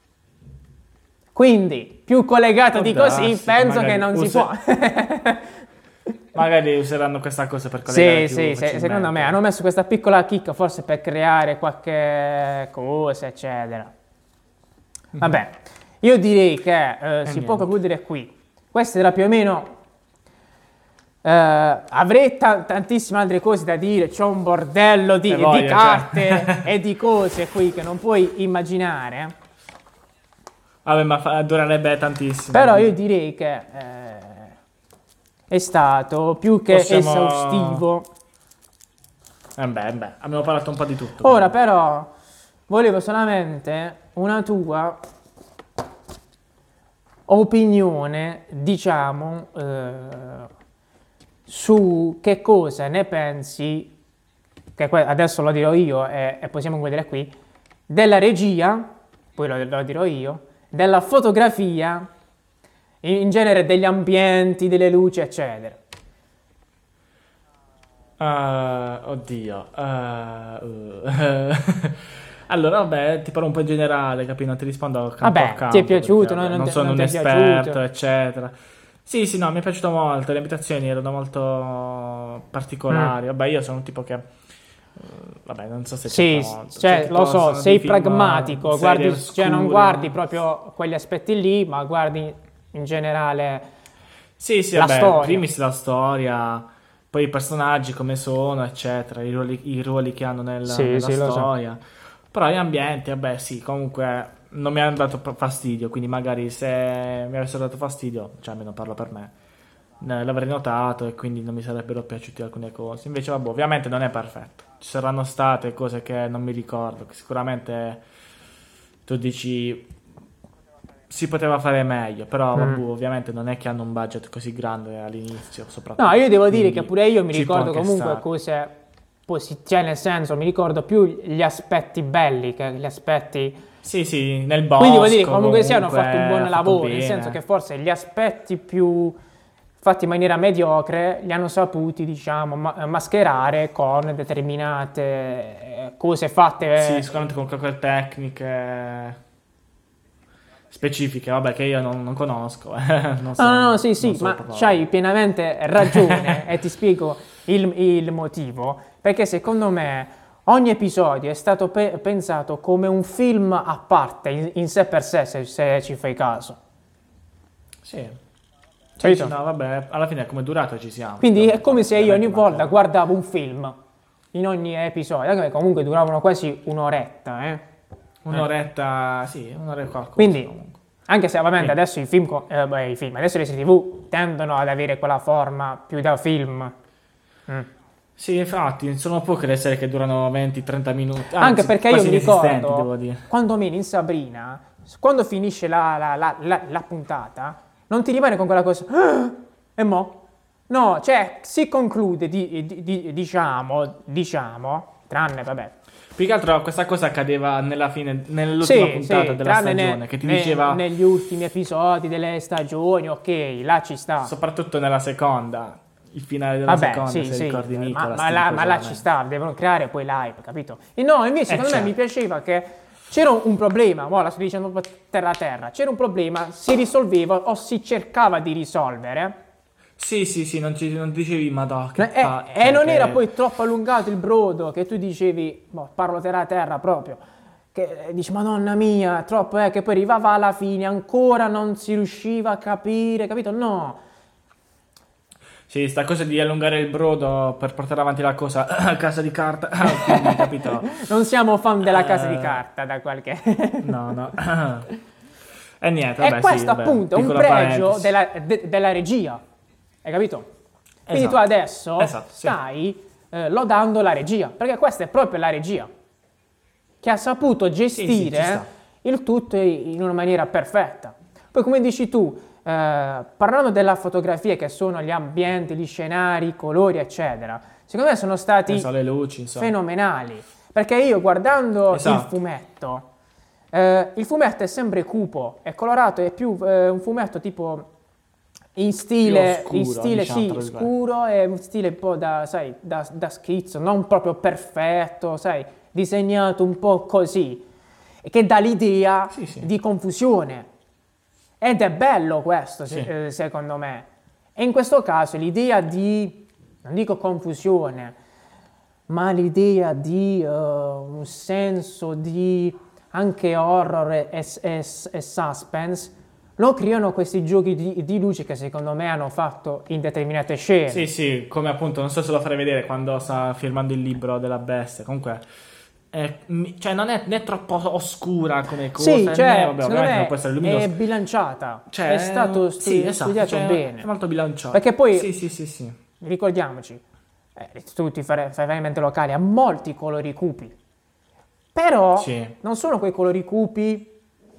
Quindi, più collegato di così, Fantastico, penso che magari non si usa- può. Magari useranno questa cosa per collegare Sì, più sì, se- facilmente. secondo me hanno messo questa piccola chicca forse per creare qualche cosa, eccetera. Vabbè, io direi che eh, si può niente. concludere qui. Questo era più o meno... eh, avrei ta- tantissime altre cose da dire, c'è un bordello di, E di voglia, cioè. carte e di cose qui che non puoi immaginare. Vabbè, ma fa- durerebbe tantissimo. Però io direi che eh, è stato più che Possiamo- esaustivo. Eh beh, beh, abbiamo parlato un po' di tutto. Ora però volevo solamente una tua opinione, diciamo, eh, su che cosa ne pensi, che que- adesso lo dirò io e, e possiamo concludere qui, della regia, poi lo, lo dirò io, della fotografia, in, in genere degli ambienti, delle luci, eccetera. Ah, oddio. Ah, uh. Allora, vabbè, ti parlo un po' in generale, capi? Non ti rispondo campo Vabbè, a campo. ti è piaciuto, perché, no? vabbè, Non non ti- sono non un ti è esperto, piaciuto? eccetera. Sì, sì, no, mi è piaciuto molto. Le abitazioni erano molto particolari. Vabbè, io sono un tipo che... eh, Vabbè, non so se Sì, c'entra molto. cioè, tipo, lo so, sono sei dei film, pragmatico, serie guardi, cioè non oscure. guardi proprio quegli aspetti lì, ma guardi in generale Sì, sì, la vabbè, storia. primis la storia, poi i personaggi come sono, eccetera, i ruoli, i ruoli che hanno nel- Sì, nella sì, lo so. storia. Però gli ambienti, vabbè, sì, comunque non mi hanno dato p- fastidio, quindi magari se mi avessero dato fastidio, cioè almeno parlo per me, eh, l'avrei notato e quindi non mi sarebbero piaciute alcune cose. Invece, vabbè, ovviamente non è perfetto. Ci saranno state cose che non mi ricordo, che sicuramente tu dici si poteva fare meglio, però Mm. vabbè, ovviamente non è che hanno un budget così grande all'inizio, soprattutto. No, io devo dire Quindi che pure io mi ci può ricordo anche comunque stare. cose positivi, cioè nel senso mi ricordo più gli aspetti belli che gli aspetti... Sì, sì, nel bosco. Quindi vuol dire che comunque sì, hanno comunque, fatto un buon fatto lavoro, nel bene. senso che forse gli aspetti più fatti in maniera mediocre li hanno saputi, diciamo, ma- mascherare con determinate eh, cose fatte... Sì, sicuramente con qualche tecniche specifiche, vabbè, che io non, non conosco. eh, non so- No, no, no, sì, sì, non so ma proprio- c'hai pienamente ragione e ti spiego il, il motivo, perché secondo me ogni episodio è stato pe- pensato come un film a parte, in, in sé per sé, se, se ci fai caso. Sì. Sì, Capito? sì, no, vabbè, alla fine come durata ci siamo. Quindi Però, è come se io ogni veramente volta manca- guardavo un film, in ogni episodio, anche perché comunque duravano quasi un'oretta, eh. Un'oretta, sì, un'ora e qualcosa. Quindi, comunque. anche se ovviamente Sì. adesso i film, co- eh, beh, i film, adesso le serie tivù tendono ad avere quella forma più da film. Mm. Sì, infatti, sono poche le serie che durano venti trenta minuti. Anche anzi, perché io quasi mi inesistenti, devo ricordo, dire. quando meno in Sabrina, quando finisce la, la- la- la- la puntata, non ti rimane con quella cosa, "Ah, e mo? No, cioè, si conclude, di- di- di- diciamo, diciamo, tranne, vabbè, Più che altro questa cosa accadeva nella fine, nell'ultima sì, puntata sì, della tranne stagione, ne- che ti ne- diceva, negli ultimi episodi delle stagioni, ok, là ci sta. soprattutto nella seconda, il finale della Vabbè, seconda, sì, se sì, ricordi ma, Nicola. ma là, ma là ci sta, devono creare poi l'hype, capito? E no, invece Eh, secondo me certo. mi piaceva che c'era un problema, mo la sto dicendo proprio terra a terra, c'era un problema, si risolveva o si cercava di risolvere Sì, sì, sì, non, ci, non dicevi, madò, che e, pa- e cioè, non che- era poi troppo allungato il brodo che tu dicevi, boh, parlo terra a terra proprio, che eh, dici madonna mia, troppo, eh, che poi arrivava alla fine, ancora non si riusciva a capire, capito? No. Sì, sta cosa di allungare il brodo per portare avanti la cosa a casa di carta, quindi, capito? Non siamo fan della casa di Eh. carta da qualche... No, no. E niente, vabbè, E questo sì, vabbè, appunto è un piccola pregio parentesi. della, de- della regia, hai capito? Quindi Esatto. tu adesso Esatto, sì. stai eh, lodando la regia, perché questa è proprio la regia che ha saputo gestire ci sta. il tutto in una maniera perfetta. Poi come dici tu, eh, parlando della fotografia che sono gli ambienti, gli scenari, i colori eccetera, secondo me sono stati Penso alle luci, insomma. fenomenali, perché io guardando Esatto. il fumetto, eh, il fumetto è sempre cupo, è colorato, è più eh, un fumetto tipo in stile, Più oscuro, in stile diciamo, sì, tra virgolette. scuro, è un stile un po' da, sai, da, da schizzo, non proprio perfetto, sai, disegnato un po' così, e che dà l'idea Sì, sì. di confusione. Ed è bello questo, se- Sì. eh, secondo me. E in questo caso l'idea di, non dico confusione, ma l'idea di eh, un senso di anche horror e, e- e- e suspense lo creano questi giochi di, di luce che secondo me hanno fatto in determinate scene. Sì, sì, come appunto, non so se lo farei vedere quando sta firmando il libro della bestia. Comunque, è- mi- cioè, non è né troppo oscura come cosa, Sì, né, cioè, vabbè, secondo ovviamente me non può essere luminosa. è bilanciata, Cioè, è stato stu- sì, esatto, studiato cioè, bene. È molto bilanciato. Perché poi, Sì, sì, sì, sì. ricordiamoci, eh, tu ti fai fai veramente locali, ha molti colori cupi, però Sì. non sono quei colori cupi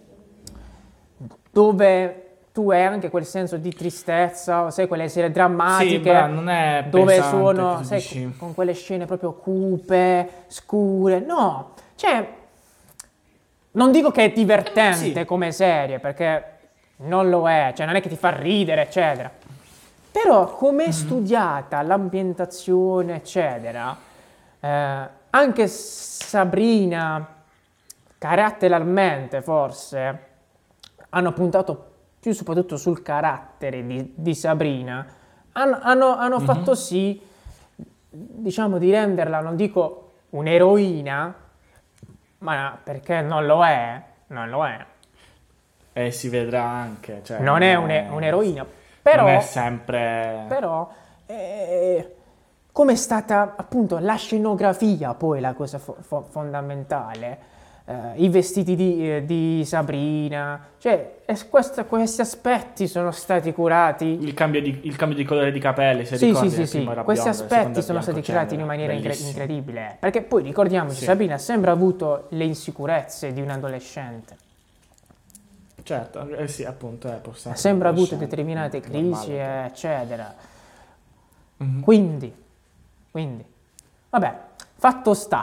dove tu hai anche quel senso di tristezza, sai, quelle serie drammatiche Sì, beh, non è dove pesante, sono, che tu sai, dici. con, con quelle scene proprio cupe, scure, no, cioè, non dico che è divertente Sì. come serie, perché non lo è, cioè non è che ti fa ridere, eccetera, però come Mhm. è studiata l'ambientazione, eccetera, eh, anche Sabrina, caratterialmente forse, hanno puntato più soprattutto sul carattere di, di Sabrina, hanno, hanno- hanno Mhm. fatto sì, diciamo, di renderla, non dico un'eroina, ma perché non lo è, non lo è, E si vedrà anche. Cioè, non è une- un'eroina, però... Non è sempre... Però, eh, come è stata appunto la scenografia poi la cosa fo- fo- fondamentale. eh, i vestiti di, eh, di Sabrina, cioè es- questo- questi aspetti sono stati curati. Il cambio di, il cambio di colore di capelli, se Sì, ricordi, sì, sì, il sì. primo era Questi biondo, il secondo aspetti è sono stati curati in bianco-cenere, maniera incre- bellissimo. incredibile, perché poi ricordiamoci, Sì. Sabrina ha sempre avuto le insicurezze di un adolescente, Certo, eh sì, appunto, è ha sempre avuto adolescente, determinate crisi, normale. eccetera. Mhm. Quindi, quindi, vabbè, fatto sta.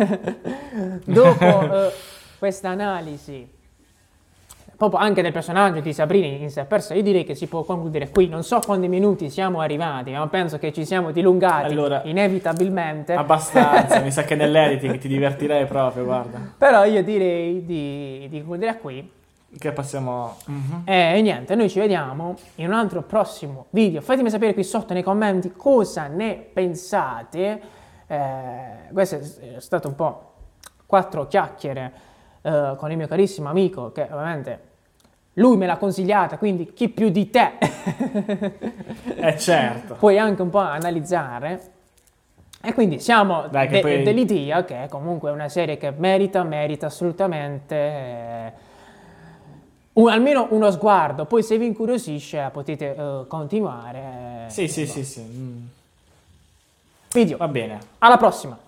Dopo eh, questa analisi, proprio anche del personaggio di Sabrina in sé per sé, io direi che si può concludere qui. Non so quanti minuti siamo arrivati, ma penso che ci siamo dilungati Allora, inevitabilmente. Abbastanza, mi sa che nell'editing ti divertirei proprio, guarda. Però io direi di, di concludere qui. Che passiamo... Mhm. E niente, noi ci vediamo in un altro prossimo video. Fatemi sapere qui sotto nei commenti cosa ne pensate. Eh, questo è stato un po' quattro chiacchiere eh, con il mio carissimo amico, che ovviamente lui me l'ha consigliata, quindi chi più di te Eh certo. puoi anche un po' analizzare. E quindi siamo Dai, che de- poi- dell'idea che comunque è una serie che merita, merita assolutamente eh, un- almeno uno sguardo. Poi se vi incuriosisce potete eh, continuare. Sì, sì, sì, sì. Mm. Video, Va bene. alla prossima!